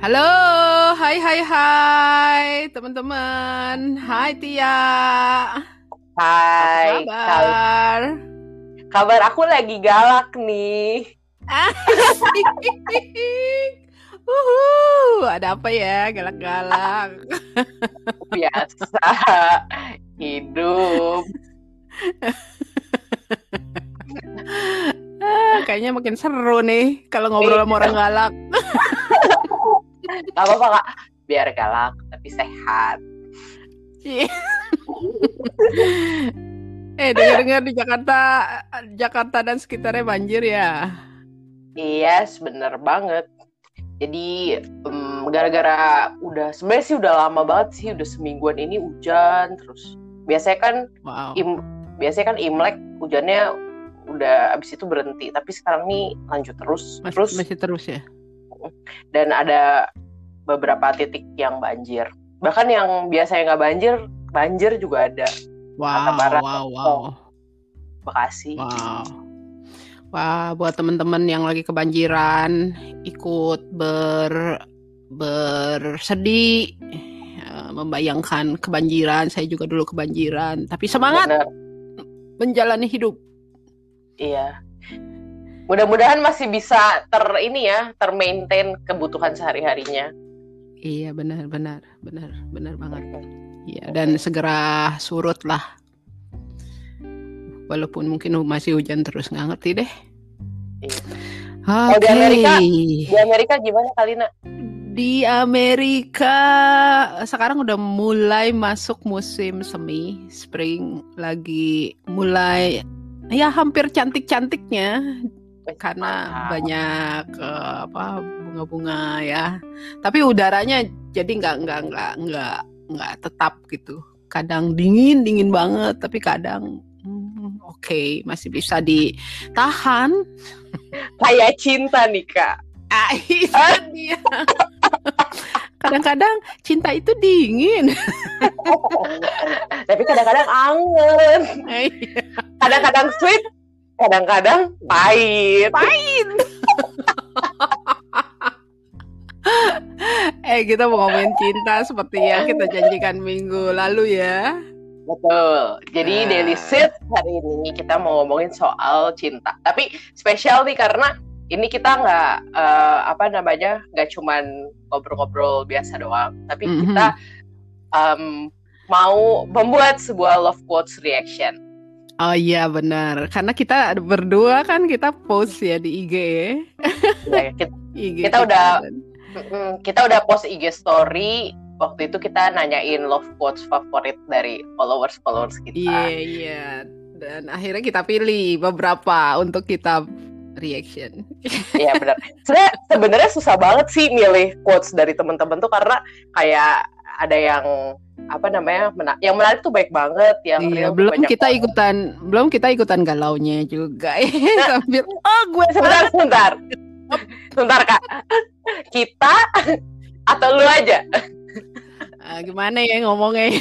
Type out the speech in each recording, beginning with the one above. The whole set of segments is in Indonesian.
Halo, hai teman-teman. Hai Tia, apa Hai, kabar? kabar aku lagi galak nih. Asik. Ada apa ya galak-galak? Biasa hidup. Kayaknya makin seru nih kalau ngobrol sama orang galak. Gak apa-apa kak, biar galak tapi sehat. Dengar-dengar di Jakarta dan sekitarnya banjir ya. Iya, bener banget. Jadi gara-gara sebenarnya sih udah lama banget sih, udah semingguan ini hujan terus. Biasanya kan Wow. biasanya kan Imlek hujannya udah abis itu berhenti, tapi sekarang nih lanjut terus. Masih terus ya. Dan ada beberapa titik yang banjir. Bahkan yang biasanya nggak banjir juga ada. Kata Barat, Wow. Bekasi. Wah, buat teman-teman yang lagi kebanjiran, ikut bersedih, membayangkan kebanjiran. Saya juga dulu kebanjiran, tapi semangat. Bener. Menjalani hidup. Iya. Mudah-mudahan masih bisa termaintain kebutuhan sehari-harinya. Iya, benar banget. Iya, dan segera surut lah. Walaupun mungkin masih hujan terus, nggak ngerti deh. Iya. Okay. Di Amerika gimana Kalina? Di Amerika sekarang udah mulai masuk musim semi, spring, lagi mulai ya hampir cantik-cantiknya karena banyak bunga-bunga ya. Tapi udaranya jadi nggak tetap gitu. Kadang dingin banget, tapi kadang oke, masih bisa ditahan. Kayak cinta nih kak. Itu dia. Kadang-kadang cinta itu dingin. Tapi kadang-kadang anget. Kadang-kadang sweet, kadang-kadang pahit. Kita mau ngomongin cinta seperti yang kita janjikan minggu lalu ya. Betul. Jadi Daily Sit hari ini kita mau ngomongin soal cinta. Tapi spesial nih karena ini kita nggak cuman ngobrol-ngobrol biasa doang, tapi kita mau membuat sebuah love quotes reaction. Oh iya benar, karena kita berdua kan kita post ya di IG ya. Kita udah post IG story. Waktu itu kita nanyain love quotes favorit dari followers kita. Iya. Dan akhirnya kita pilih beberapa untuk kita reaction. Iya benar. Sebenarnya susah banget sih milih quotes dari teman-teman tuh karena kayak ada yang yang menarik tuh baik banget, yang belum kita ikutan galaunya juga. Sambil gue sebentar kak. Kita atau lu aja? Gimana ya ngomongnya?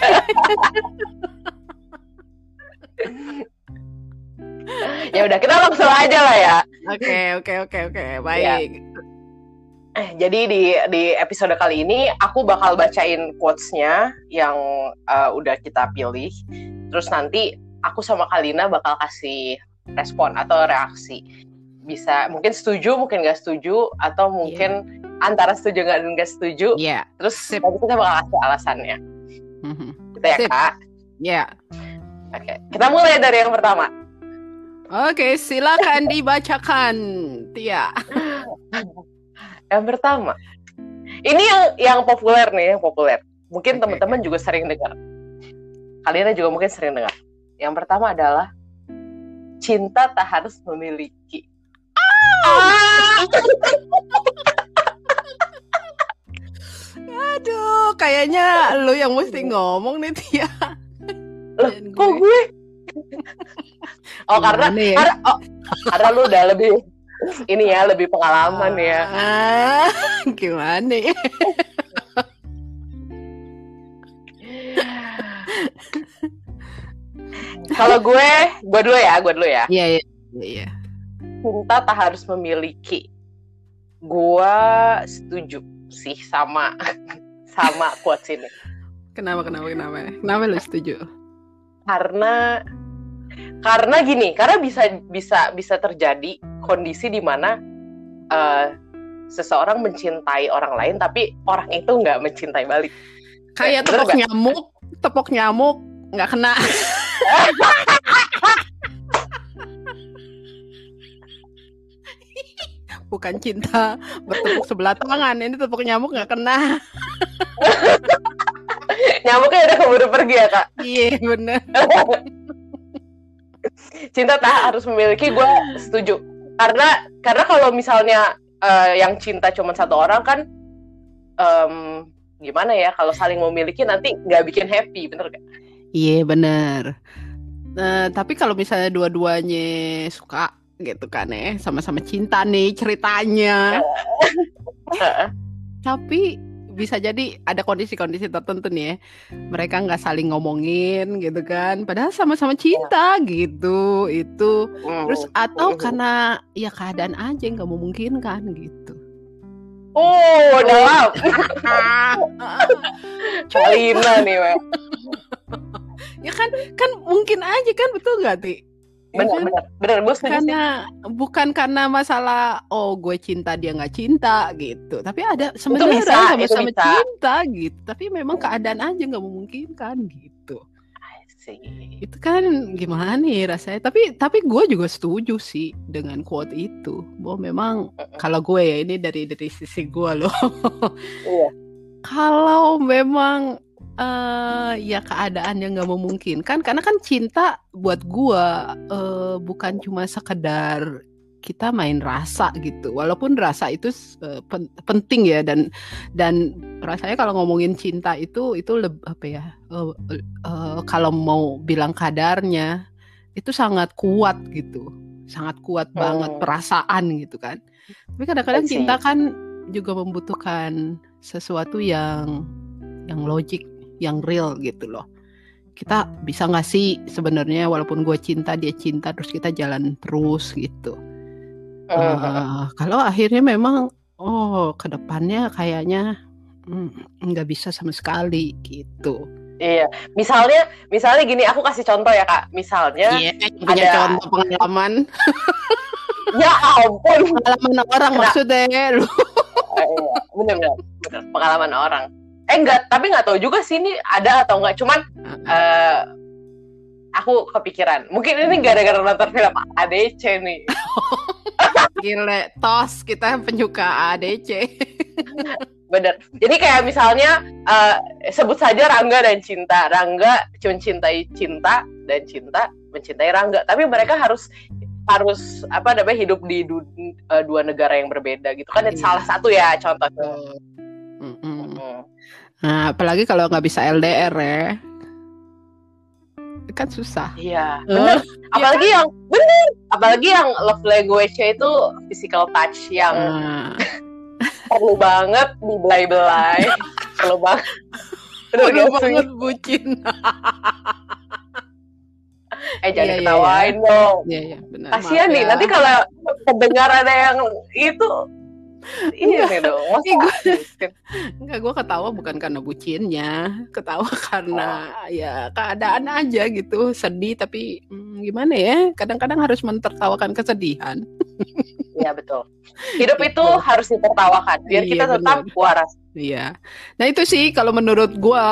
Ya udah kita langsung aja lah ya. Oke, baik. Ya. Jadi di episode kali ini aku bakal bacain quotes-nya yang udah kita pilih. Terus nanti aku sama Kalina bakal kasih respon atau reaksi. Bisa mungkin setuju, mungkin nggak setuju, atau mungkin antara setuju nggak setuju. Yeah. Terus nanti kita bakal kasih alasannya. Gitu ya kak? Ya. Oke, kita mulai dari yang pertama. Oke, silakan dibacakan, Tia. Yang pertama, ini yang populer nih, Mungkin teman-teman juga sering dengar. Kalian juga mungkin sering dengar. Yang pertama adalah cinta tak harus memiliki. Aduh, kayaknya lu yang mesti ngomong nih, Tia. Kok gue? Karena lu udah lebih lebih pengalaman ya. Gimana ya? Kalau gue dulu ya. Iya. Cinta tak harus memiliki. Gue setuju sih sama quotes ini. Kenapa lu setuju? Karena gini, karena bisa terjadi kondisi di mana seseorang mencintai orang lain tapi orang itu nggak mencintai balik. Kayak tepok nyamuk nggak kena. Bukan cinta bertepuk sebelah tangan, ini tepuk nyamuk nggak kena. Nyamuknya udah keburu pergi ya Kak. Iya bener. Cinta tak harus memiliki, gue setuju. Karena kalau misalnya yang cinta cuma satu orang kan gimana ya, kalau saling memiliki nanti nggak bikin happy, bener gak? Iya bener. Tapi kalau misalnya dua-duanya suka gitu kan ya, sama-sama cinta nih ceritanya. Tapi bisa jadi ada kondisi-kondisi tertentu nih ya, mereka nggak saling ngomongin gitu kan, padahal sama-sama cinta gitu itu. Terus atau karena ya keadaan aja nggak memungkinkan gitu. Dalam Kalina nih Wak. Ya kan mungkin aja kan, betul nggak Ti? Bener bos. Karena bukan karena masalah gue cinta dia nggak cinta gitu, tapi ada sebenarnya sama-sama cinta gitu, tapi memang keadaan aja nggak memungkinkan gitu. Itu kan gimana nih rasanya. Tapi gue juga setuju sih dengan quote itu, bahwa memang kalau gue ya, ini dari sisi gue loh. Kalau memang ya keadaan yang nggak memungkinkan, karena kan cinta buat gua bukan cuma sekedar kita main rasa gitu, walaupun rasa itu penting ya, dan rasanya kalau ngomongin cinta itu kalau mau bilang kadarnya itu sangat kuat gitu, sangat kuat banget perasaan gitu kan. Tapi kadang-kadang cinta kan juga membutuhkan sesuatu yang logik, yang real gitu loh. Kita bisa nggak sih sebenarnya walaupun gue cinta dia cinta, terus kita jalan terus gitu. Kalau akhirnya memang kedepannya kayaknya nggak bisa sama sekali gitu. Iya, misalnya gini, aku kasih contoh ya Kak. Misalnya ada contoh pengalaman. Ya ampun, pengalaman orang maksudnya lu. Bener pengalaman orang. Tapi nggak tahu juga sih ini ada atau nggak. Cuman aku kepikiran. Mungkin ini gara-gara nonton film ADC nih. Gile, tos kita penyuka ADC. Bener. Jadi kayak misalnya sebut saja Rangga dan Cinta. Rangga mencintai Cinta dan Cinta mencintai Rangga. Tapi mereka harus hidup di dua negara yang berbeda gitu kan. Salah satu ya contohnya. Nah, apalagi kalau nggak bisa LDR ya, kan susah. Iya, bener. Apalagi yang love language-nya itu physical touch yang perlu banget dibelai-belai, perlu banget bucin. Jangan ketawain dong. Iya, benar. Kasian nih, nanti kalau pendengar ada yang itu. Iya nih dong. Enggak, gue ketawa bukan karena bucinnya, ketawa karena ya keadaan aja gitu, sedih. Tapi gimana ya, kadang-kadang harus mentertawakan kesedihan. Iya betul. Hidup itu harus ditertawakan biar kita tetap waras. Iya. Nah itu sih kalau menurut gue,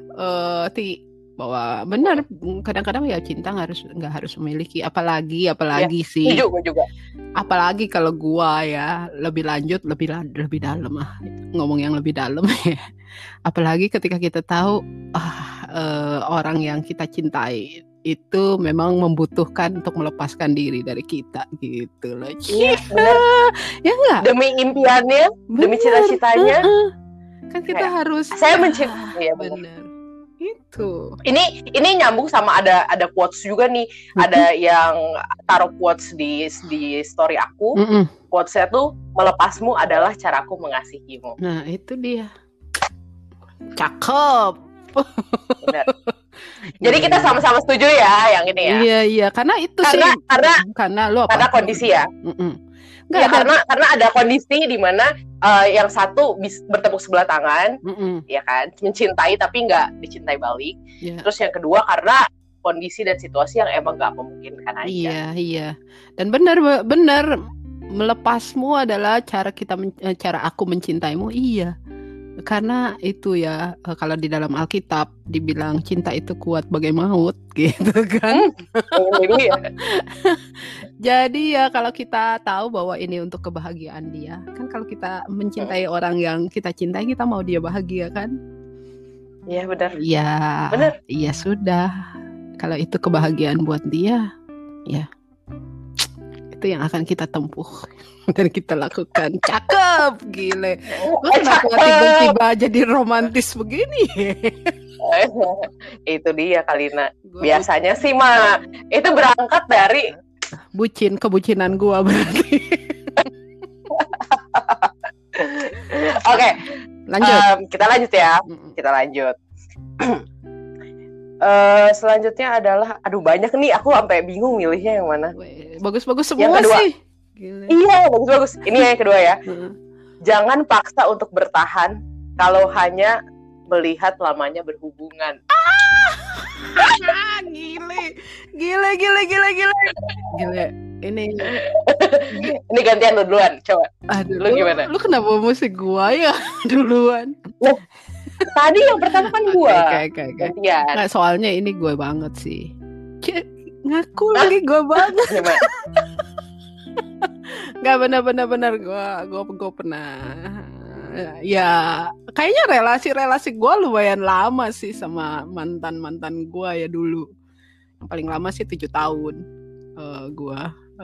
bahwa benar kadang-kadang ya cinta nggak harus memiliki, apalagi ya, sih. Setuju gue juga. Apalagi kalau gua ya lebih lanjut, lebih dalam ngomong yang lebih dalam ya. Apalagi ketika kita tahu orang yang kita cintai itu memang membutuhkan untuk melepaskan diri dari kita gitu loh. Iya, benar. Ya enggak? Demi impiannya, demi cita-citanya. Kan kita harus. Saya mencintai. Iya benar. Itu. Ini nyambung sama ada quotes juga nih. Ada yang taruh quotes di story aku. Quotesnya tuh, melepasmu adalah caraku mengasihimu. Nah itu dia. Cakep. Benar. Jadi kita sama-sama setuju ya yang ini ya. Iya karena itu karena lo karena kondisi ya. Nggak, karena ada kondisi di mana yang satu bertepuk sebelah tangan, ya kan, mencintai tapi nggak dicintai balik. Terus yang kedua karena kondisi dan situasi yang emang nggak memungkinkan aja. Iya. Dan benar melepasmu adalah cara aku mencintaimu. Iya. Karena itu ya, kalau di dalam Alkitab dibilang cinta itu kuat bagai maut gitu kan. Jadi ya kalau kita tahu bahwa ini untuk kebahagiaan dia, kan kalau kita mencintai orang yang kita cintai, kita mau dia bahagia kan. Iya benar. Iya. Benar. Iya sudah. Kalau itu kebahagiaan buat dia, ya itu yang akan kita tempuh dan kita lakukan. Cakep, gile. Kenapa tiba-tiba jadi romantis begini? Itu dia Kalina. Biasanya sih mah itu berangkat dari kebucinan gua berarti. Oke, lanjut. Kita lanjut ya. Kita lanjut. Selanjutnya adalah, aduh banyak nih, aku sampai bingung milihnya yang mana. Bagus-bagus semua sih. Gila. Iya, bagus-bagus. Ini yang kedua ya. Jangan paksa untuk bertahan kalau hanya melihat lamanya berhubungan. Gile. Ini gantian lu duluan, coba. Lu gimana? Lu kenapa mesti gua ya duluan? Tadi yang pertama kan gua. Oke. Nggak, soalnya ini gue banget sih. Ngaku lagi gue banget. Nggak benar gue pernah. Ya kayaknya relasi gue lumayan lama sih sama mantan gue ya dulu. Yang paling lama sih 7 tahun. Gue.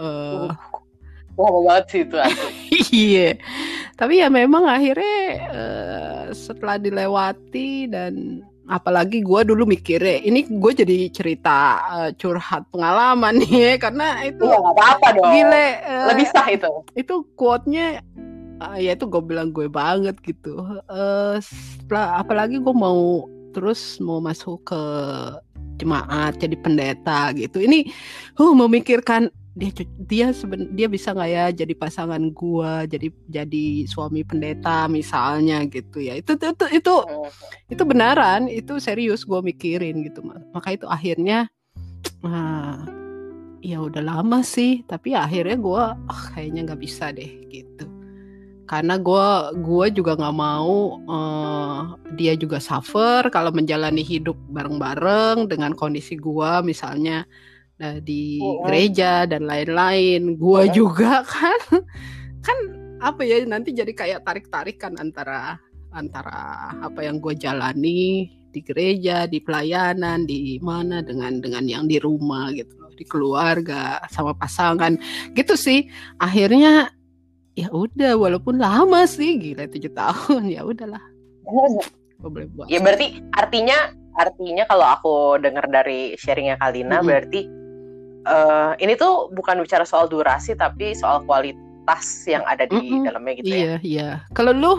Lama banget sih itu. Iya. Tapi ya memang akhirnya setelah dilewati, dan apalagi gue dulu mikirnya ini gue jadi cerita curhat pengalaman nih, karena itu nggak apa-apa dong. Gile, lebih sah itu. Itu quote-nya ya itu gue bilang gue banget gitu. Setelah apalagi gue mau masuk ke jemaat jadi pendeta gitu. Ini memikirkan dia bisa nggak ya jadi pasangan gua, jadi suami pendeta misalnya gitu ya. Itu benaran, itu serius gua mikirin gitu. Maka itu akhirnya ya udah lama sih, tapi akhirnya gua kayaknya nggak bisa deh gitu. Karena gua juga nggak mau dia juga suffer kalau menjalani hidup bareng-bareng dengan kondisi gua misalnya di gereja dan lain-lain. Gua juga kan apa ya, nanti jadi kayak tarik-tarikan antara apa yang gue jalani di gereja, di pelayanan, di mana dengan yang di rumah gitu loh, di keluarga sama pasangan gitu sih. Akhirnya ya udah, walaupun lama sih, gila 7 tahun, ya udahlah. Boleh buat. Ya berarti artinya kalau aku dengar dari sharingnya Kalina, berarti ini tuh bukan bicara soal durasi tapi soal kualitas yang ada di dalamnya gitu ya. Iya. Kalau lu?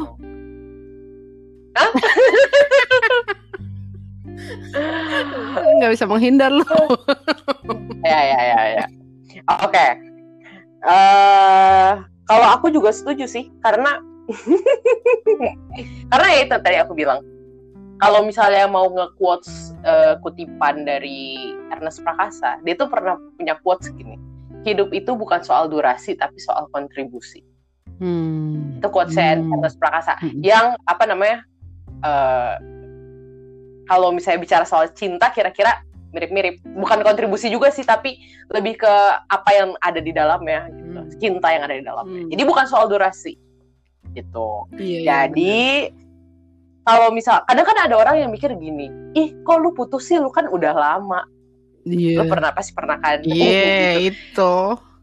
Nggak bisa menghindar lu. Ya. Oke. Kalau aku juga setuju sih, karena ya itu tadi aku bilang. Kalau misalnya mau nge-quotes kutipan dari Ernest Prakasa, dia tuh pernah punya quotes gini, hidup itu bukan soal durasi tapi soal kontribusi. Itu quotes Ernest Prakasa yang apa namanya, kalau misalnya bicara soal cinta kira-kira mirip-mirip, bukan kontribusi juga sih, tapi lebih ke apa yang ada di dalamnya gitu, cinta yang ada di dalamnya. Jadi bukan soal durasi gitu. Jadi kalau misal, kadang kan ada orang yang mikir gini, ih kok lu putus sih, lu kan udah lama. Lu pasti pernah kan? Iya, itu.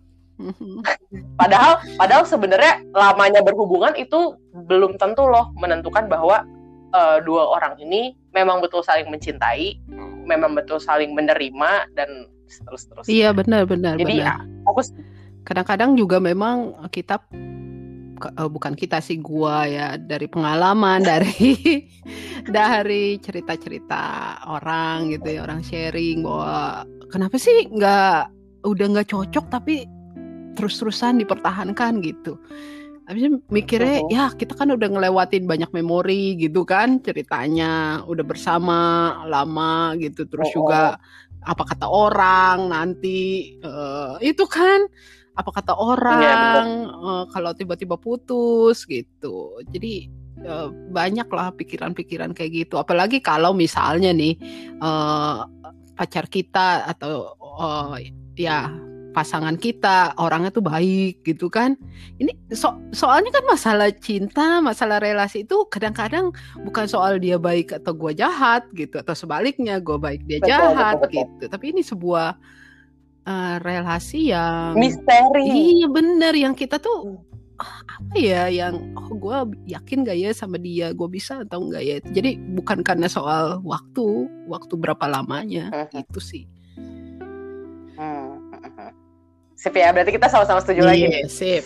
Padahal sebenarnya lamanya berhubungan itu belum tentu loh menentukan bahwa dua orang ini memang betul saling mencintai, memang betul saling menerima, dan seterusnya. Iya, benar. Jadi aku kadang-kadang juga memang kita bukan kita sih, gua ya, dari pengalaman, dari cerita-cerita orang gitu ya, orang sharing bahwa kenapa sih udah nggak cocok tapi terus-terusan dipertahankan gitu. Habis mikirnya ya kita kan udah ngelewatin banyak memori gitu kan, ceritanya udah bersama lama gitu, terus juga apa kata orang nanti itu kan apa kata orang kalau tiba-tiba putus gitu. Jadi banyak lah pikiran-pikiran kayak gitu. Apalagi kalau misalnya nih pacar kita atau ya pasangan kita orangnya tuh baik gitu kan. Ini soalnya kan masalah cinta, masalah relasi itu kadang-kadang bukan soal dia baik atau gue jahat gitu, atau sebaliknya gue baik dia jahat gitu. Tapi ini sebuah relasi yang misteri. Iya bener, yang kita tuh apa ya, yang gue yakin gak ya sama dia, gue bisa atau enggak ya. Jadi bukan karena soal waktu berapa lamanya gitu sih. Sip ya, berarti kita sama-sama setuju lagi nih. Sip.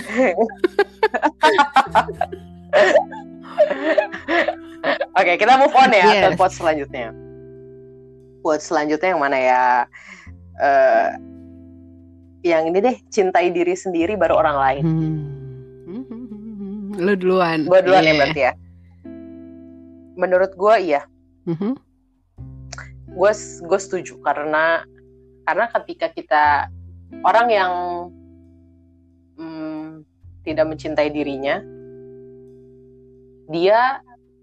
Oke, kita move on ya ke quote selanjutnya. Quote selanjutnya yang mana ya? Yang ini deh, cintai diri sendiri baru orang lain. Lu duluan. Gue duluan ya berarti ya. Menurut gue iya. Gue setuju karena ketika kita orang yang tidak mencintai dirinya, dia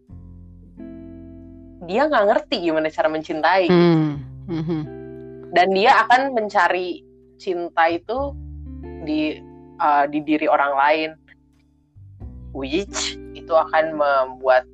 nggak ngerti gimana cara mencintai. Dan dia akan mencari cinta itu di diri orang lain, which itu akan membuat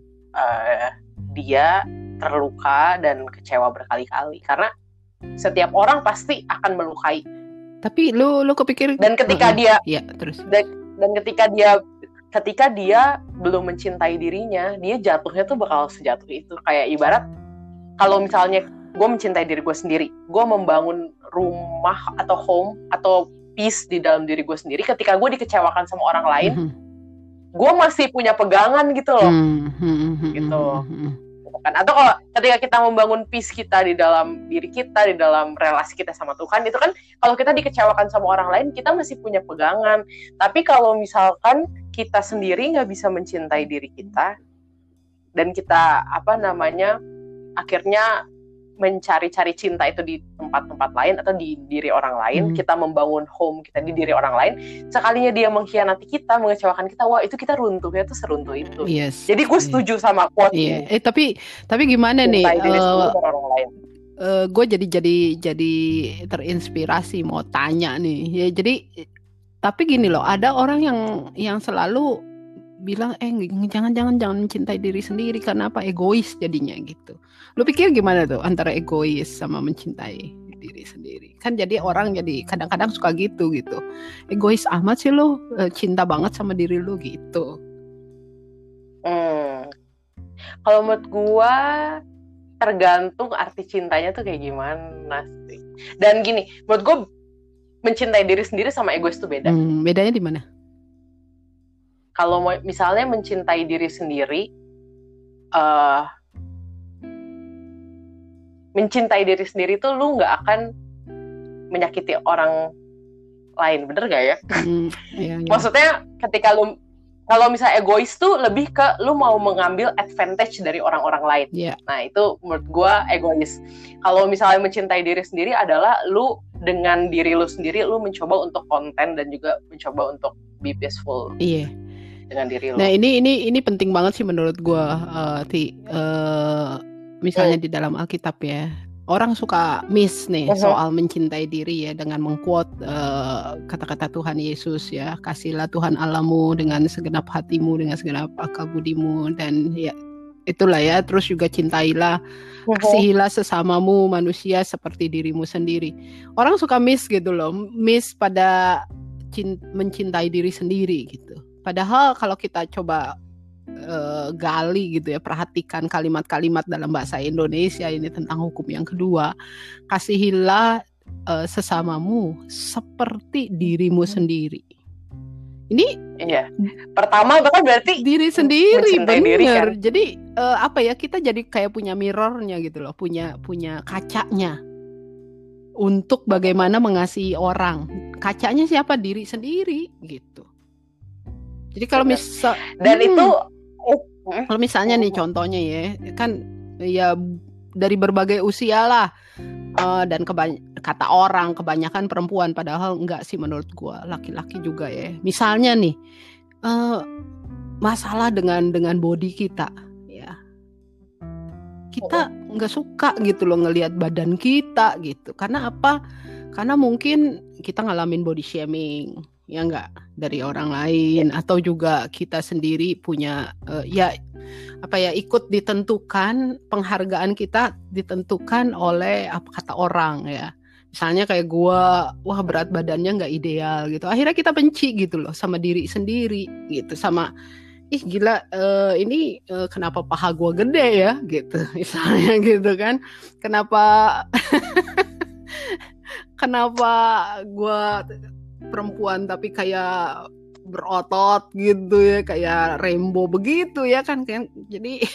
dia terluka dan kecewa berkali-kali, karena setiap orang pasti akan melukai. Tapi lu kepikir dan ketika dia terus dan ketika dia belum mencintai dirinya, dia jatuhnya tuh bakal sejatuh itu. Kayak ibarat kalau misalnya gue mencintai diri gue sendiri, gue membangun rumah atau home atau peace di dalam diri gue sendiri. Ketika gue dikecewakan sama orang lain, gue masih punya pegangan gitu loh, gitu. Kan? Atau kalau ketika kita membangun peace kita di dalam diri kita, di dalam relasi kita sama Tuhan, itu kan kalau kita dikecewakan sama orang lain, kita masih punya pegangan. Tapi kalau misalkan kita sendiri nggak bisa mencintai diri kita, dan kita akhirnya mencari-cari cinta itu di tempat-tempat lain atau di diri orang lain, kita membangun home kita di diri orang lain, sekalinya dia mengkhianati kita, mengecewakan kita, wah itu kita runtuhnya tuh seruntuh itu. Jadi gue setuju sama quote ini. Tapi gimana nih? Orang lain. Gue jadi terinspirasi mau tanya nih. Ya jadi tapi gini loh, ada orang yang selalu bilang jangan mencintai diri sendiri, karena apa? Egois jadinya gitu. Lu pikir gimana tuh antara egois sama mencintai diri sendiri? Kan jadi orang jadi kadang-kadang suka gitu. Egois amat sih lu, cinta banget sama diri lu gitu. Kalau menurut gua tergantung arti cintanya tuh kayak gimana sih. Dan gini, menurut gua mencintai diri sendiri sama egois tuh beda. Bedanya di mana? Kalau misalnya mencintai diri sendiri, mencintai diri sendiri tuh lu nggak akan menyakiti orang lain, bener gak ya? Iya. Maksudnya ketika lu, kalau misalnya egois tuh lebih ke lu mau mengambil advantage dari orang-orang lain. Nah itu menurut gue egois. Kalau misalnya mencintai diri sendiri adalah lu dengan diri lu sendiri, lu mencoba untuk konten dan juga mencoba untuk be peaceful. Dengan diri lu. Nah ini penting banget sih menurut gue, misalnya di dalam Alkitab ya, orang suka miss nih soal mencintai diri ya, dengan mengquote kata-kata Tuhan Yesus ya, kasihlah Tuhan Allahmu dengan segenap hatimu, dengan segenap akal budimu, dan ya itulah ya, terus juga cintailah, kasihilah sesamamu manusia seperti dirimu sendiri. Orang suka miss gitu loh, miss pada mencintai diri sendiri gitu. Padahal kalau kita coba gali gitu ya, perhatikan kalimat-kalimat dalam bahasa Indonesia ini tentang hukum yang kedua, kasihilah sesamamu seperti dirimu sendiri. Ini pertama bahkan berarti diri sendiri, bener. Diri, kan? Jadi kita jadi kayak punya mirrornya gitu loh, punya kacanya untuk bagaimana mengasihi orang. Kacanya siapa? Diri sendiri gitu. Jadi kalau dan itu kalau misalnya nih contohnya ya, kan ya dari berbagai usia lah, dan kata orang kebanyakan perempuan, padahal enggak sih menurut gua, laki-laki juga ya. Misalnya nih masalah dengan body kita, ya kita nggak suka gitu loh ngelihat badan kita gitu. Karena apa? Karena mungkin kita ngalamin body shaming, ya enggak, dari orang lain, atau juga kita sendiri punya ikut ditentukan, penghargaan kita ditentukan oleh apa kata orang ya. Misalnya kayak gua, wah berat badannya nggak ideal gitu, akhirnya kita benci gitu loh sama diri sendiri gitu, sama gila, ini kenapa paha gua gede ya gitu misalnya gitu kan, kenapa gua perempuan tapi kayak berotot gitu ya, kayak Rainbow begitu ya kan. Jadi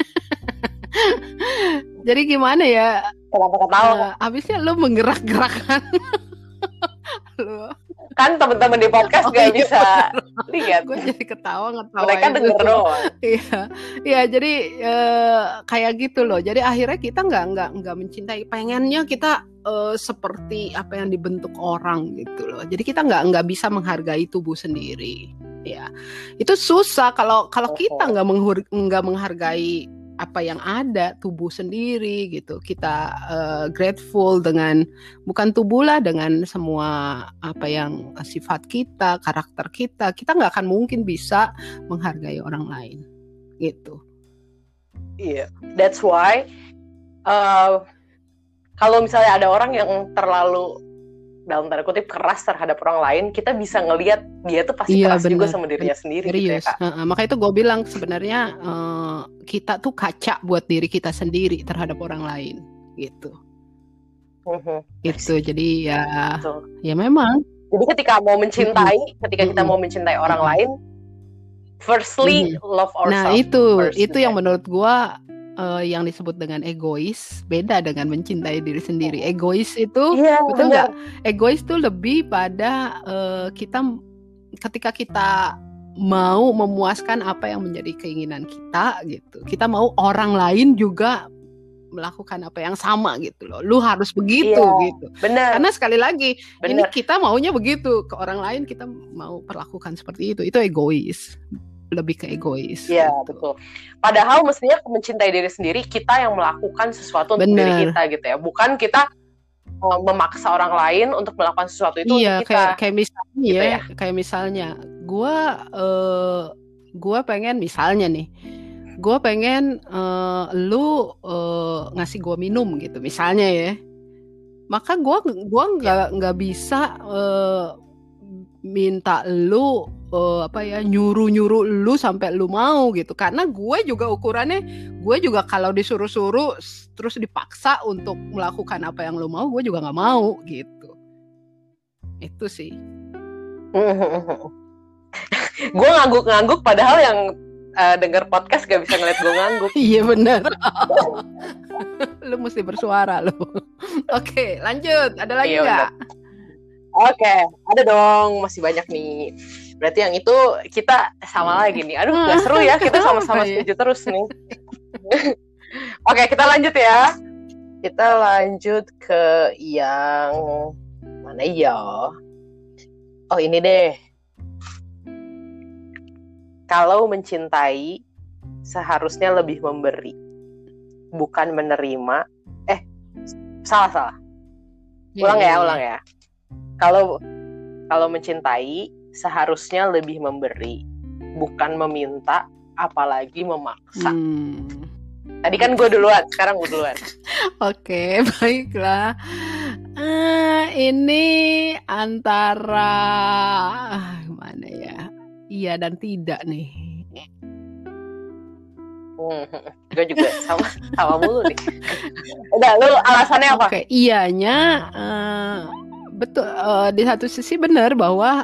jadi gimana ya, kenapa ketawa? habisnya lu menggerak-gerakkan lu kan teman-teman di podcast gak bisa lihat. Gue jadi ketawa mereka denger doang. Iya jadi kayak gitu loh. Jadi akhirnya kita nggak mencintai, pengennya kita seperti apa yang dibentuk orang gitu loh. Jadi kita nggak bisa menghargai tubuh sendiri. Ya itu susah kalau kita nggak menghargai apa yang ada, tubuh sendiri gitu. Kita grateful dengan, bukan tubuh lah, dengan semua apa yang sifat kita, karakter kita nggak akan mungkin bisa menghargai orang lain gitu. Iya, that's why kalau misalnya ada orang yang terlalu dalam tanda kutip keras terhadap orang lain, kita bisa ngelihat dia tuh pasti keras juga sama dirinya sendiri. Serius. Gitu ya, Kak. Maka itu gue bilang sebenarnya kita tuh kaca buat diri kita sendiri terhadap orang lain gitu. Gitu. Jadi ya memang. Jadi ketika mau mencintai, kita mau mencintai orang lain, firstly love ourselves. Nah itu yang menurut gue yang disebut dengan egois, beda dengan mencintai diri sendiri. Egois itu betul nggak? Egois itu lebih pada kita ketika kita mau memuaskan apa yang menjadi keinginan kita gitu. Kita mau orang lain juga melakukan apa yang sama gitu loh. Lu harus begitu gitu. Bener. Karena sekali lagi ini kita maunya begitu, ke orang lain kita mau perlakukan seperti itu. Itu egois. Lebih ke egois. Iya gitu. Betul. Padahal mestinya mencintai diri sendiri, kita yang melakukan sesuatu untuk diri kita gitu ya, bukan kita memaksa orang lain untuk melakukan sesuatu itu untuk kita. Kayak misalnya gitu ya, kayak misalnya gue pengen, misalnya nih, gue pengen lu ngasih gue minum gitu misalnya ya, maka gue nggak bisa minta lu nyuruh lu sampai lu mau gitu, karena gue juga ukurannya, gue juga kalau disuruh-suruh terus dipaksa untuk melakukan apa yang lu mau, gue juga nggak mau gitu. Itu sih. Gue ngangguk padahal yang denger podcast gak bisa ngeliat gue ngangguk. Iya benar. Lu mesti bersuara lu. Oke, lanjut. Ada lagi nggak? Oke, ada dong, masih banyak nih. Berarti yang itu kita sama lagi nih. Aduh, gak seru ya, kita sama-sama setuju terus nih. Oke, kita lanjut ya. Kita lanjut ke yang mana ya? Oh, ini deh. Kalau mencintai, seharusnya lebih memberi, bukan menerima. Salah. Ulang ya. Kalau mencintai, seharusnya lebih memberi, bukan meminta, apalagi memaksa. Tadi kan gue duluan, sekarang gue duluan. Oke, baiklah. Ini antara mana ya? Iya dan tidak nih. Gue juga sama mulu nih. Udah, lu alasannya apa? Oke, iyanya betul, di satu sisi benar bahwa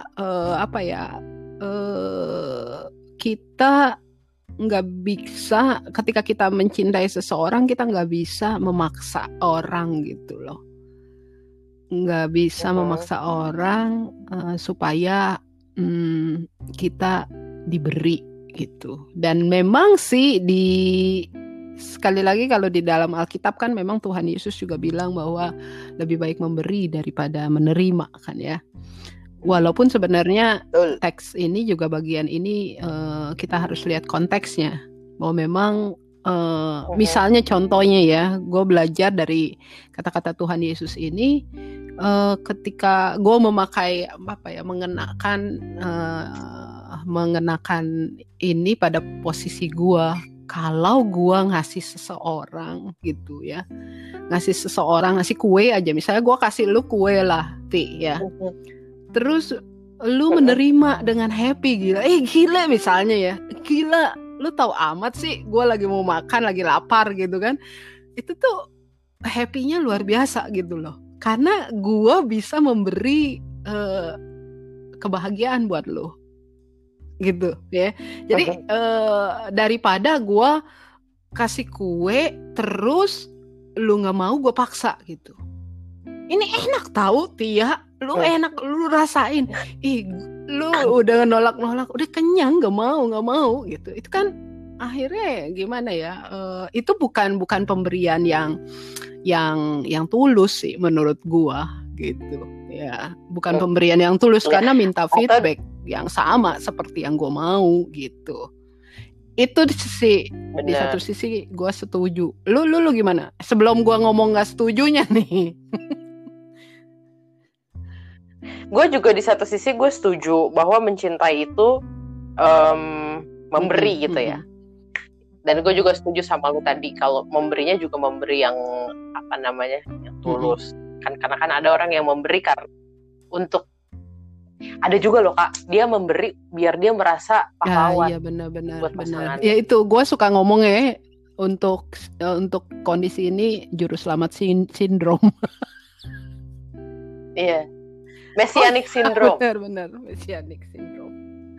kita nggak bisa, ketika kita mencintai seseorang, kita nggak bisa memaksa orang gitu loh, nggak bisa memaksa orang supaya kita diberi gitu. Dan memang sih sekali lagi kalau di dalam Alkitab kan memang Tuhan Yesus juga bilang bahwa lebih baik memberi daripada menerima kan ya. Walaupun sebenarnya teks ini juga bagian ini kita harus lihat konteksnya. Bahwa memang misalnya contohnya ya, gue belajar dari kata-kata Tuhan Yesus ini ketika gue memakai mengenakan ini pada posisi gue. Kalau gue ngasih seseorang gitu ya, ngasih kue aja, misalnya gue kasih lu kue lah, Ti ya, terus lu menerima dengan happy, gila misalnya ya, gila, lu tahu amat sih, gue lagi mau makan, lagi lapar gitu kan, itu tuh happy-nya luar biasa gitu loh, karena gue bisa memberi kebahagiaan buat lu. Gitu ya. Jadi daripada gue kasih kue terus lu nggak mau gue paksa gitu. Ini enak tahu Tia, lu enak, lu rasain. Lu udah nolak, udah kenyang nggak mau gitu. Itu kan akhirnya gimana ya? Itu bukan pemberian yang tulus sih menurut gue gitu. Ya, bukan pemberian yang tulus karena minta feedback yang sama seperti yang gue mau gitu. Itu di satu sisi gue setuju. Lu gimana? Sebelum gue ngomong nggak setujunya nih. Gue juga di satu sisi gue setuju bahwa mencintai itu memberi gitu ya. Dan gue juga setuju sama lu tadi kalau memberinya juga memberi yang yang tulus. Karena kan ada orang yang memberi untuk, ada juga loh Kak, dia memberi biar dia merasa pahlawan. Iya benar. Ya itu gue suka ngomongnya untuk kondisi ini juru selamat sindrom. Iya, messianic syndrome. Benar messianic syndrome.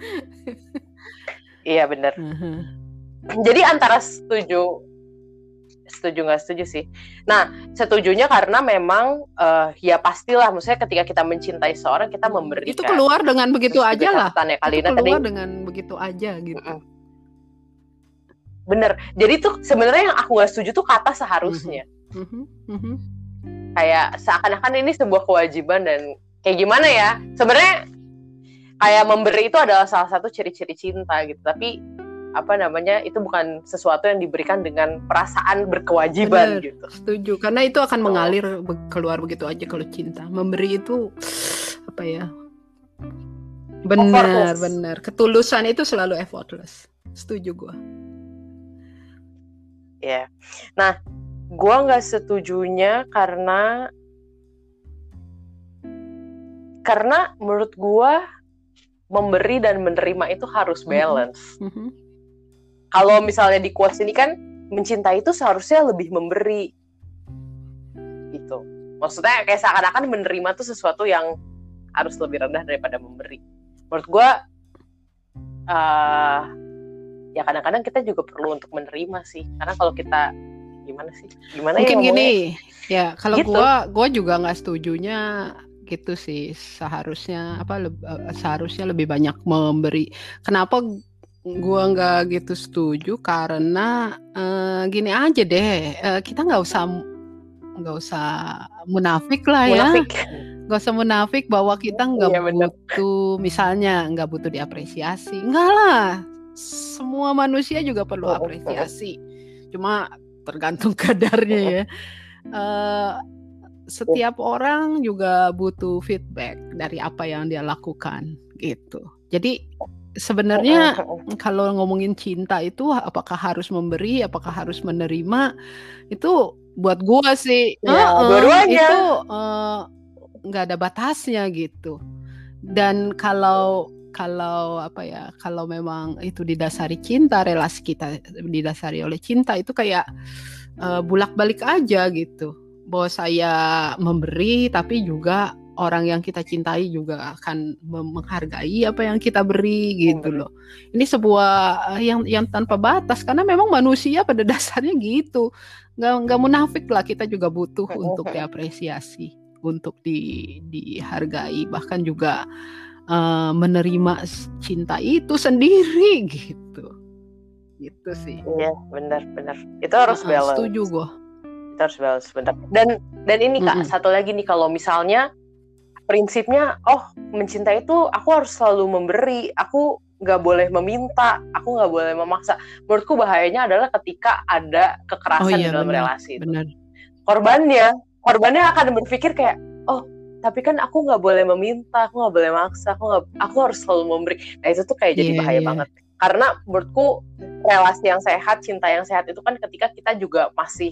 Iya benar. Jadi antara setuju nggak setuju sih. Nah, setujunya karena memang ya pastilah, maksudnya ketika kita mencintai seorang kita memberikan. Itu keluar dengan begitu aja lah. Itu keluar dengan begitu aja gitu. Bener. Jadi tuh sebenarnya yang aku nggak setuju tuh kata seharusnya. Kayak seakan-akan ini sebuah kewajiban dan kayak gimana ya? Sebenarnya kayak memberi itu adalah salah satu ciri-ciri cinta gitu. Tapi itu bukan sesuatu yang diberikan dengan perasaan berkewajiban. Bener, gitu. Setuju, karena itu akan mengalir keluar begitu aja kalau cinta. Memberi itu benar. Ketulusan itu selalu effortless. Setuju gue. Ya, nah, gue nggak setujunya karena menurut gue memberi dan menerima itu harus balance. Kalau misalnya di quotes ini kan mencintai itu seharusnya lebih memberi gitu. Maksudnya kayak seakan-akan menerima itu sesuatu yang harus lebih rendah daripada memberi. Menurut gue ya kadang-kadang kita juga perlu untuk menerima sih. Karena kalau kita gimana mungkin ya gini ya, kalau gitu. gue juga nggak setujunya gitu sih, seharusnya lebih banyak memberi. Kenapa gue nggak gitu setuju? Karena gini aja deh, kita nggak usah munafik lah ya, nggak usah munafik bahwa kita nggak butuh, misalnya nggak butuh diapresiasi. Enggak lah, semua manusia juga perlu apresiasi, cuma tergantung kadarnya ya. Setiap orang juga butuh feedback dari apa yang dia lakukan gitu. Jadi sebenarnya kalau ngomongin cinta itu apakah harus memberi, apakah harus menerima, itu buat gua sih itu nggak ada batasnya gitu. Dan kalau memang itu didasari cinta, relasi kita didasari oleh cinta, itu kayak bulak-balik aja gitu. Bahwa saya memberi, tapi juga orang yang kita cintai juga akan menghargai apa yang kita beri gitu loh. Ini sebuah yang tanpa batas, karena memang manusia pada dasarnya gitu. Nggak munafik lah, kita juga butuh untuk diapresiasi, untuk dihargai, bahkan juga menerima cinta itu sendiri gitu sih. Iya, benar. Itu harus balance. Setuju gue. Itu harus balance, benar. Dan ini Kak, satu lagi nih, kalau misalnya prinsipnya, mencintai itu aku harus selalu memberi, aku nggak boleh meminta, aku nggak boleh memaksa. Menurutku bahayanya adalah ketika ada kekerasan di dalam relasi itu. Benar. Korbannya akan berpikir kayak, tapi kan aku nggak boleh meminta, aku nggak boleh maksa, aku harus selalu memberi. Nah itu tuh kayak jadi bahaya banget. Karena menurutku relasi yang sehat, cinta yang sehat itu kan ketika kita juga masih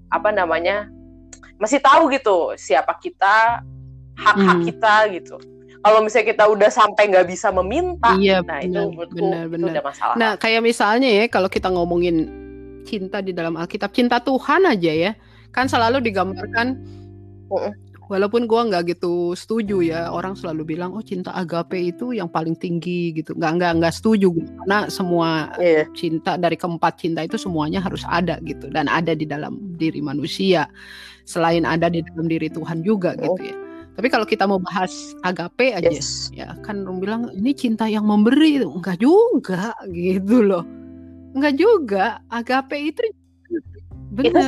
masih tahu gitu siapa kita, hak-hak kita gitu. Kalau misalnya kita udah sampai nggak bisa meminta, itu menurutku itu udah masalah. Nah kayak misalnya ya, kalau kita ngomongin cinta di dalam Alkitab, cinta Tuhan aja ya, kan selalu digambarkan. Walaupun gue nggak gitu setuju ya, orang selalu bilang cinta agape itu yang paling tinggi gitu. Nggak setuju karena semua cinta dari keempat cinta itu semuanya harus ada gitu, dan ada di dalam diri manusia selain ada di dalam diri Tuhan juga gitu ya. Tapi kalau kita mau bahas agape aja, ya kan orang bilang ini cinta yang memberi, enggak juga gitu loh, enggak juga. Agape itu benar.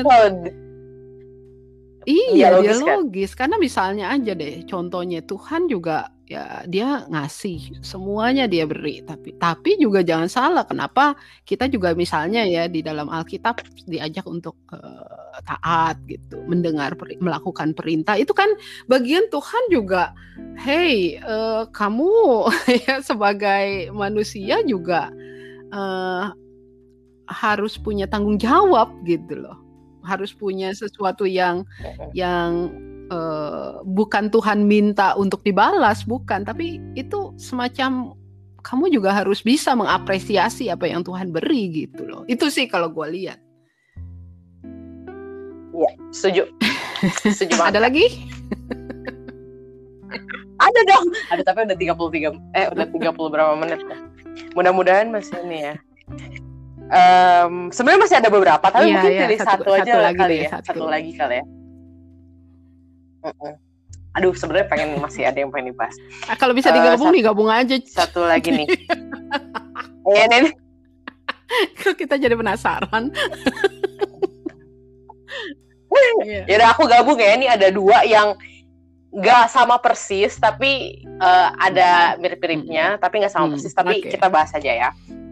Iya, dialogis kan? Karena misalnya aja deh, contohnya Tuhan juga ya dia ngasih, semuanya dia beri, tapi juga jangan salah, kenapa kita juga misalnya ya di dalam Alkitab diajak untuk taat gitu, mendengar, melakukan perintah, itu kan bagian Tuhan juga. Hey, kamu ya sebagai manusia juga harus punya tanggung jawab gitu loh. Harus punya sesuatu yang bukan Tuhan minta untuk dibalas, bukan, tapi itu semacam kamu juga harus bisa mengapresiasi apa yang Tuhan beri gitu loh. Itu sih kalau gue lihat. Iya, setuju banget. Ada lagi? Ada dong. Ada, tapi udah 30 berapa menit ya. Mudah-mudahan masih ini ya. Sebenarnya masih ada beberapa, tapi mungkin pilih satu aja lagi kali ya. Satu lagi kali ya. Aduh, sebenarnya masih ada yang pengen dibahas. Kalau bisa digabung aja. Satu lagi nih. Ini. Kok kita jadi penasaran. Yaudah, aku gabung ya. Ini ada dua yang nggak sama persis, tapi ada mirip-miripnya, tapi nggak sama persis. Tapi kita bahas aja ya.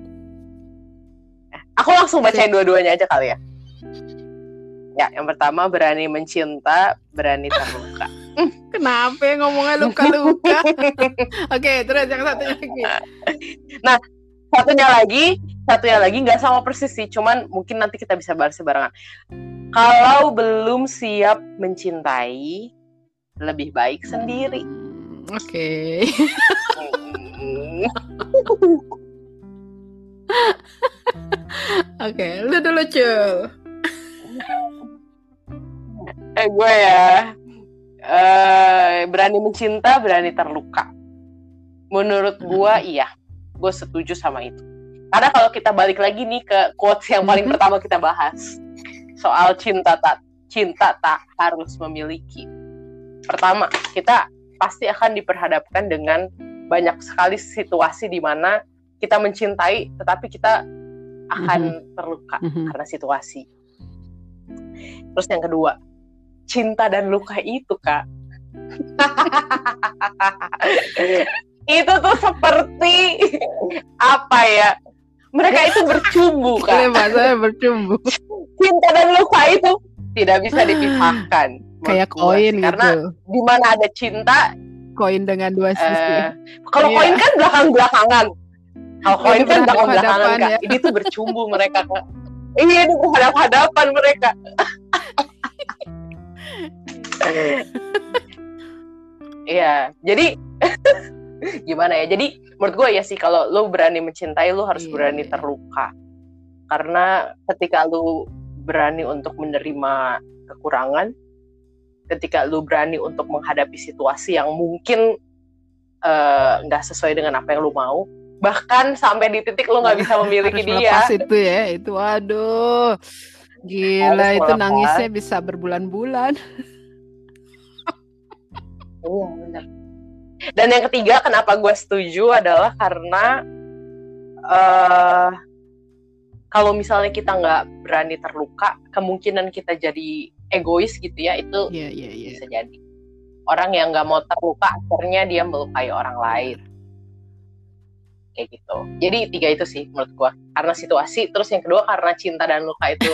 Aku langsung bacain dua-duanya aja kali ya. Ya, yang pertama, berani mencinta, berani terluka. Kenapa ngomongnya luka-luka? Oke, terus yang satunya lagi. Nah, satunya lagi nggak sama persis sih, cuman mungkin nanti kita bisa bahas sebarengan. Kalau belum siap mencintai, lebih baik sendiri. Oke. Oke, lu dulu Cul. Gue ya, berani mencinta, berani terluka. Menurut gue iya, gue setuju sama itu. Karena kalau kita balik lagi nih ke quotes yang paling pertama kita bahas, soal cinta tak harus memiliki. Pertama, kita pasti akan diperhadapkan dengan banyak sekali situasi di mana kita mencintai, tetapi kita akan terluka karena situasi. Terus yang kedua, cinta dan luka itu, Kak. Itu tuh seperti apa ya? Mereka itu bercumbu, Kak. Bahasanya bercumbu. Cinta dan luka itu tidak bisa dipisahkan. Kayak koin gitu. Karena di mana ada cinta, koin dengan dua sisi. Kalau koin kan belakang-belakangan. Kalau koin kan belakang-belakangan, Kak. Ya. Ini tuh bercumbu mereka, Kak. Iya, ini hadap-hadapan mereka. Iya, jadi gimana ya? Jadi menurut gue ya sih, kalau lo berani mencintai, lo harus berani terluka. Karena ketika lo berani untuk menerima kekurangan, ketika lo berani untuk menghadapi situasi yang mungkin nggak sesuai dengan apa yang lo mau, bahkan sampai di titik lo nggak bisa memiliki dia. Harus itu ya, itu waduh, gila, itu nangisnya bisa berbulan-bulan. Iya benar. Dan yang ketiga kenapa gue setuju adalah karena kalau misalnya kita nggak berani terluka, kemungkinan kita jadi egois gitu ya, itu bisa jadi. Orang yang nggak mau terluka, akhirnya dia melukai orang lain. Kayak gitu. Jadi 3 itu sih menurut gue. Karena situasi, terus yang kedua karena cinta dan luka itu.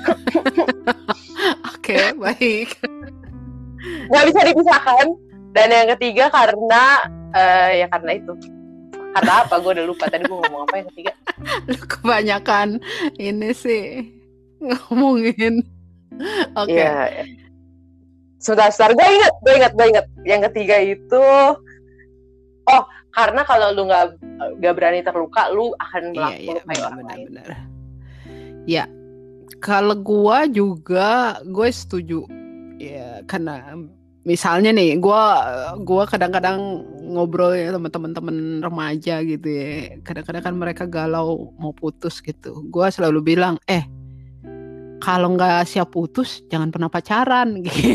Oke, baik. Nggak bisa dipisahkan. Dan yang ketiga karena, ya karena itu. Karena apa? Gue udah lupa tadi gue ngomong apa yang ketiga. Lu kebanyakan ini sih ngomongin. Oke. Yeah. Sebentar. Gue ingat. Yang ketiga itu, karena kalau lu nggak berani terluka, lu akan melukai orang lain. Benar. Ya, kalau gue juga setuju. Ya, karena misalnya nih, gue kadang-kadang ngobrol ya sama teman-teman remaja gitu ya. Kadang-kadang kan mereka galau mau putus gitu. Gue selalu bilang, kalau nggak siap putus, jangan pernah pacaran gitu.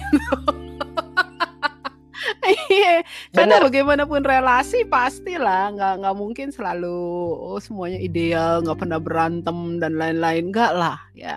Iya, karena bagaimanapun relasi pastilah nggak mungkin selalu semuanya ideal, nggak pernah berantem dan lain-lain, nggak lah ya.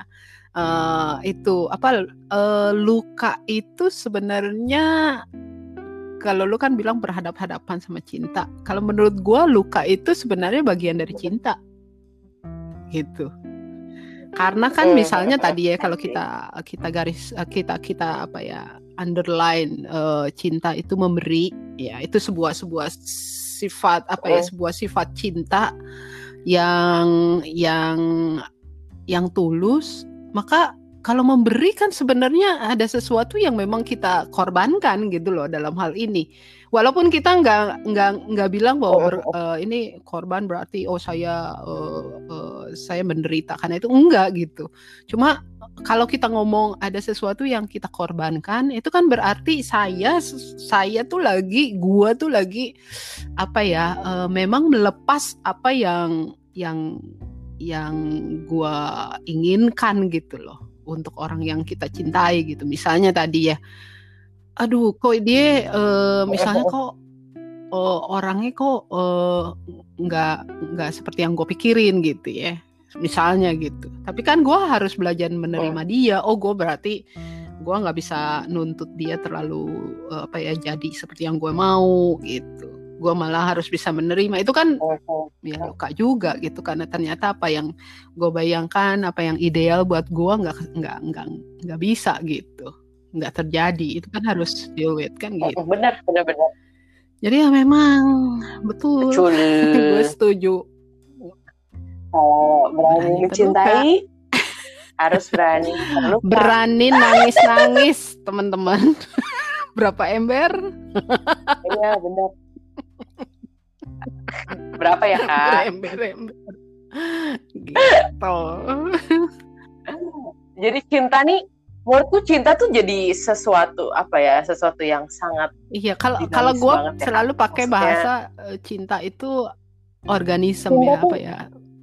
Luka itu sebenarnya, kalau lu kan bilang berhadap-hadapan sama cinta, kalau menurut gue luka itu sebenarnya bagian dari cinta gitu. Karena kan misalnya tadi ya, kalau kita garis kita apa ya, underline cinta itu memberi, ya itu sebuah sifat apa ya, sebuah sifat cinta yang tulus. Maka kalau memberi kan sebenarnya ada sesuatu yang memang kita korbankan gitu loh dalam hal ini. Walaupun kita nggak bilang bahwa ini korban berarti saya menderita karena itu, enggak gitu. Cuma kalau kita ngomong ada sesuatu yang kita korbankan, itu kan berarti gua tuh lagi apa ya, memang melepas apa yang gua inginkan gitu loh untuk orang yang kita cintai gitu. Misalnya tadi ya, aduh kok dia misalnya kok orangnya kok nggak seperti yang gue pikirin gitu ya, misalnya gitu. Tapi kan gue harus belajar menerima dia. Gue berarti gue nggak bisa nuntut dia terlalu jadi seperti yang gue mau gitu. Gue malah harus bisa menerima. Itu kan ya luka juga gitu, karena ternyata apa yang gue bayangkan, apa yang ideal buat gue nggak bisa gitu, nggak terjadi. Itu kan harus deal with kan gitu. Benar. Jadi ya memang betul. Gue setuju. Kalau berani mencintai harus berani terluka. Berani nangis teman-teman. Berapa ember? Iya benar. Berapa ya Kak? Ember. Gitu. Jadi cinta nih, menurutku cinta tuh jadi sesuatu yang sangat. Iya, kalau gue selalu pakai bahasa cinta itu organisme ya, apa ya?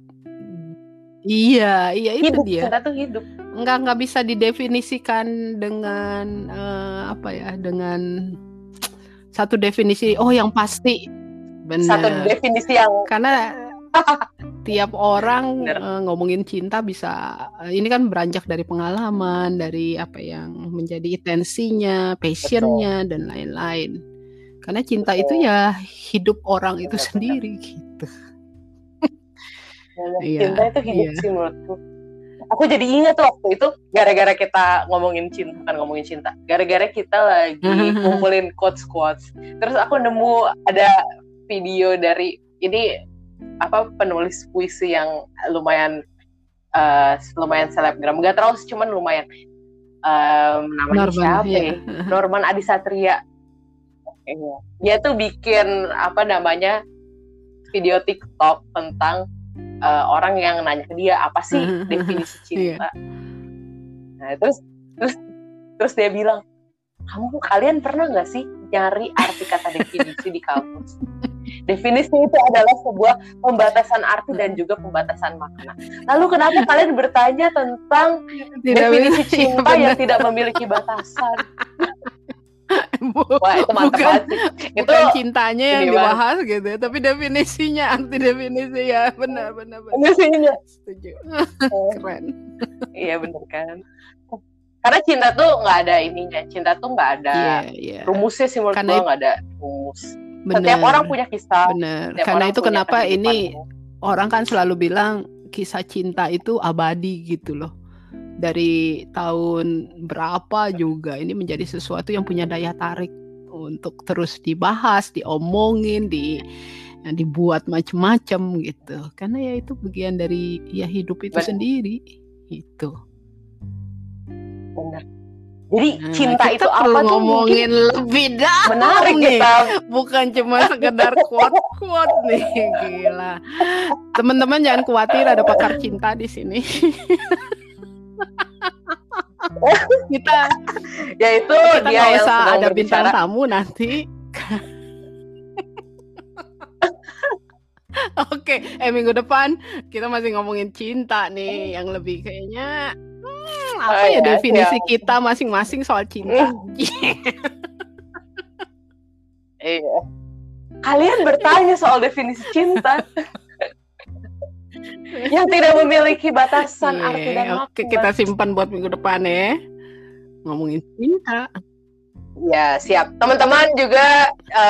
Iya itu hidup, dia. Cinta tuh hidup. Nggak bisa didefinisikan dengan dengan satu definisi yang pasti. Benar. Satu definisi yang, karena tiap orang ngomongin cinta bisa, ini kan beranjak dari pengalaman, dari apa yang menjadi intensinya, passionnya dan lain-lain. Karena cinta itu ya hidup orang itu sendiri gitu. Cinta itu hidup sih menurutku. Aku jadi ingat waktu itu gara-gara kita ngomongin cinta, gara-gara kita lagi ngumpulin quotes. Terus aku nemu ada video dari ini penulis puisi yang lumayan selebgram, nggak terlalu cuman lumayan, namanya siapa ya? Norman Adi Satria. Dia tuh bikin video TikTok tentang orang yang nanya ke dia apa sih definisi cinta. Nah terus dia bilang, kalian pernah nggak sih nyari arti kata definisi di kamus? Definisi itu adalah sebuah pembatasan arti dan juga pembatasan makna. Lalu kenapa kalian bertanya tentang definisi cinta yang tidak memiliki batasan? Wah, itu mantap bukan, banget sih. Itu bukan cintanya yang ini banget. dibahas gitu ya, tapi definisinya, arti definisi ya, benar. Definisinya. Setuju. Keren. Iya bener kan. Karena cinta tuh nggak ada ininya, cinta tuh nggak ada rumusnya sih menurut gue, nggak ada rumus. Setiap orang punya kisah. Bener. Karena itu kenapa ini orang kan selalu bilang kisah cinta itu abadi gitu loh. Dari tahun berapa juga ini menjadi sesuatu yang punya daya tarik untuk terus dibahas, diomongin, dibuat macam-macam gitu. Karena ya itu bagian dari ya hidup itu sendiri itu. Benar. Jadi cinta itu apa tuh ngomongin lebih dalam menarik nih. Kita. Bukan cuma sekedar quote nih, gila. Teman-teman jangan khawatir, ada pakar cinta di sini. kita ya itu kita dia nggak yang usah ada berbicara. Bintang tamu nanti. Oke, minggu depan kita masih ngomongin cinta nih, yang lebih kayaknya apa ya definisi kita masing-masing soal cinta. Iya. Kalian bertanya soal definisi cinta yang tidak memiliki batasan arti dan makna. Oke, kita simpan buat minggu depan ya. Ngomongin cinta. Ya, siap. Teman-teman juga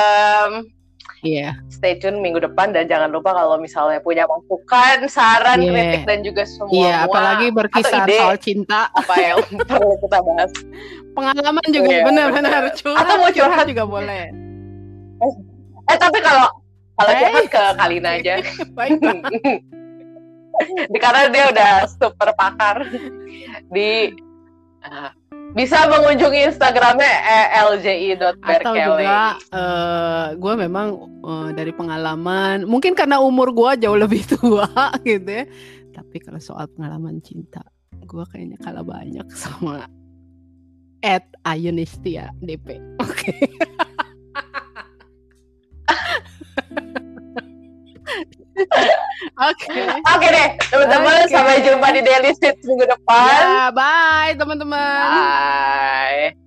stay tune minggu depan, dan jangan lupa kalau misalnya punya masukan, saran, kritik, dan juga semua apalagi berkisar soal cinta, apa yang perlu kita bahas. Pengalaman juga benar-benar curhat. Atau mau curhat juga boleh. Tapi kalau curhat ke Kalina aja. Baiklah. Karena dia udah super pakar di bisa mengunjungi Instagramnya lji.berkeley. Atau juga gue memang dari pengalaman, mungkin karena umur gue jauh lebih tua gitu ya, tapi kalau soal pengalaman cinta gue kayaknya kalah banyak sama @ayunistia DP. Oke. Oke deh teman-teman, sampai jumpa di Daily Seeds minggu depan. Bye teman-teman. Bye.